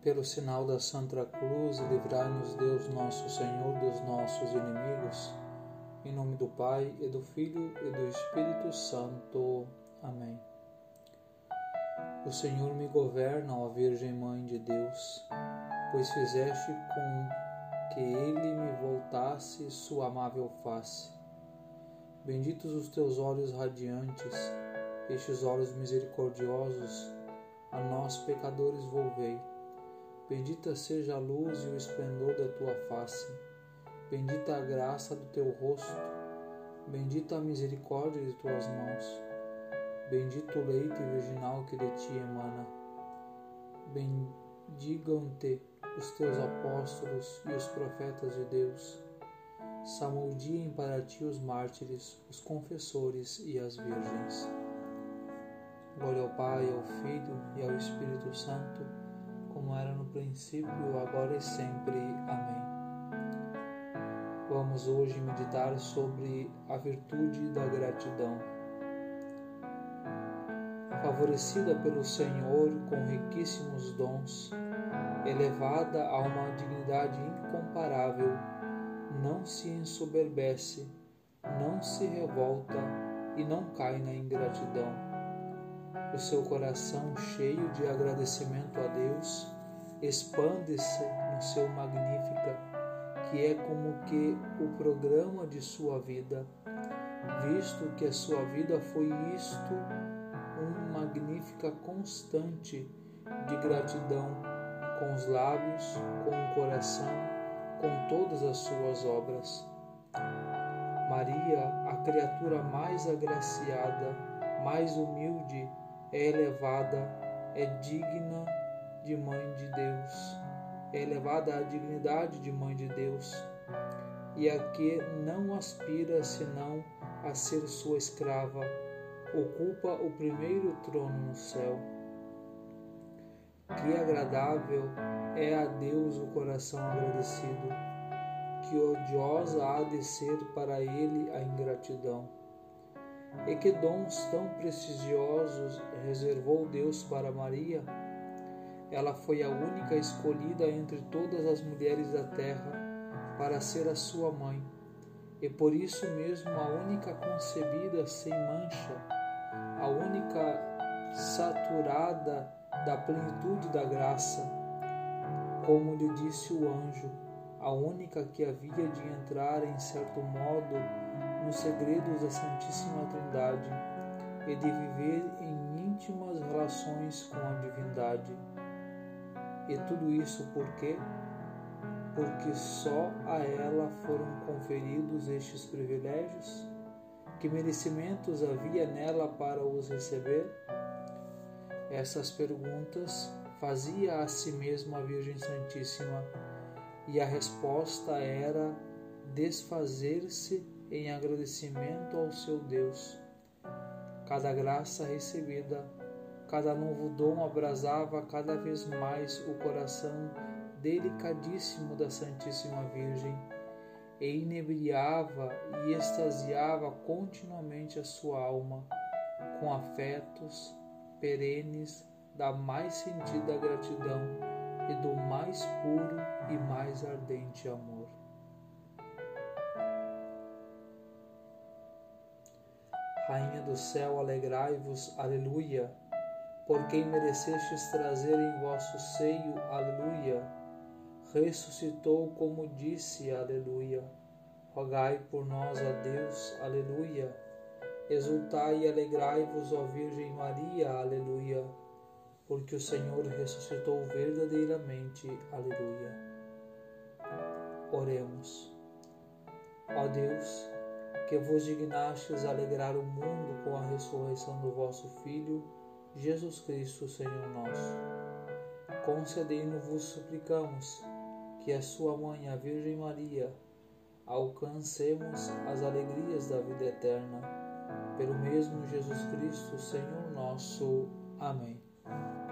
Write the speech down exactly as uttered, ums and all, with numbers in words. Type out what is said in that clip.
Pelo sinal da Santa Cruz, livrai-nos Deus nosso Senhor dos nossos inimigos. Em nome do Pai, e do Filho, e do Espírito Santo. Amém. O Senhor me governa, ó Virgem Mãe de Deus, pois fizeste com que Ele me voltasse sua amável face. Benditos os teus olhos radiantes, estes olhos misericordiosos, a nós pecadores volvei. Bendita seja a luz e o esplendor da tua face, bendita a graça do teu rosto, bendita a misericórdia de tuas mãos, bendito o leite virginal que de ti emana. Bendigam-te os teus apóstolos e os profetas de Deus, salmodiem para ti os mártires, os confessores e as virgens. Glória ao Pai, ao Filho e ao Espírito Santo, como era no princípio, agora e sempre. Amém. Vamos hoje meditar sobre a virtude da gratidão. Favorecida pelo Senhor com riquíssimos dons, elevada a uma dignidade incomparável, não se ensoberbece, não se revolta e não cai na ingratidão. O seu coração, cheio de agradecimento a Deus, expande-se no seu Magnífica, que é como que o programa de sua vida, visto que a sua vida foi isto, um Magnífica constante de gratidão, com os lábios, com o coração, com todas as suas obras. Maria, a criatura mais agraciada, mais humilde, é elevada, é digna de Mãe de Deus, é elevada à dignidade de Mãe de Deus, e a que não aspira senão a ser sua escrava, ocupa o primeiro trono no céu. Que agradável é a Deus o coração agradecido, que odiosa há de ser para ele a ingratidão. E que dons tão preciosos reservou Deus para Maria? Ela foi a única escolhida entre todas as mulheres da terra para ser a sua mãe, e por isso mesmo a única concebida sem mancha, a única saturada da plenitude da graça, como lhe disse o anjo, a única que havia de entrar em certo modo nos segredos da Santíssima Trindade e de viver em íntimas relações com a divindade. E tudo isso por quê? Porque só a ela foram conferidos estes privilégios? Que merecimentos havia nela para os receber? Essas perguntas fazia a si mesma a Virgem Santíssima, e a resposta era desfazer-se em agradecimento ao seu Deus. Cada graça recebida, cada novo dom abrasava cada vez mais o coração delicadíssimo da Santíssima Virgem e inebriava e extasiava continuamente a sua alma com afetos perenes da mais sentida gratidão e do mais puro e mais ardente amor. Rainha do céu, alegrai-vos, aleluia, por quem merecestes trazer em vosso seio, aleluia, ressuscitou como disse, aleluia, rogai por nós a Deus, aleluia, exultai e alegrai-vos, ó Virgem Maria, aleluia, porque o Senhor ressuscitou verdadeiramente, aleluia. Oremos. Ó Deus, que vos dignastes alegrar o mundo com a ressurreição do vosso Filho, Jesus Cristo, Senhor nosso. Concedei-nos, suplicamos, que a sua Mãe, a Virgem Maria, alcancemos as alegrias da vida eterna. Pelo mesmo Jesus Cristo, Senhor nosso. Amém.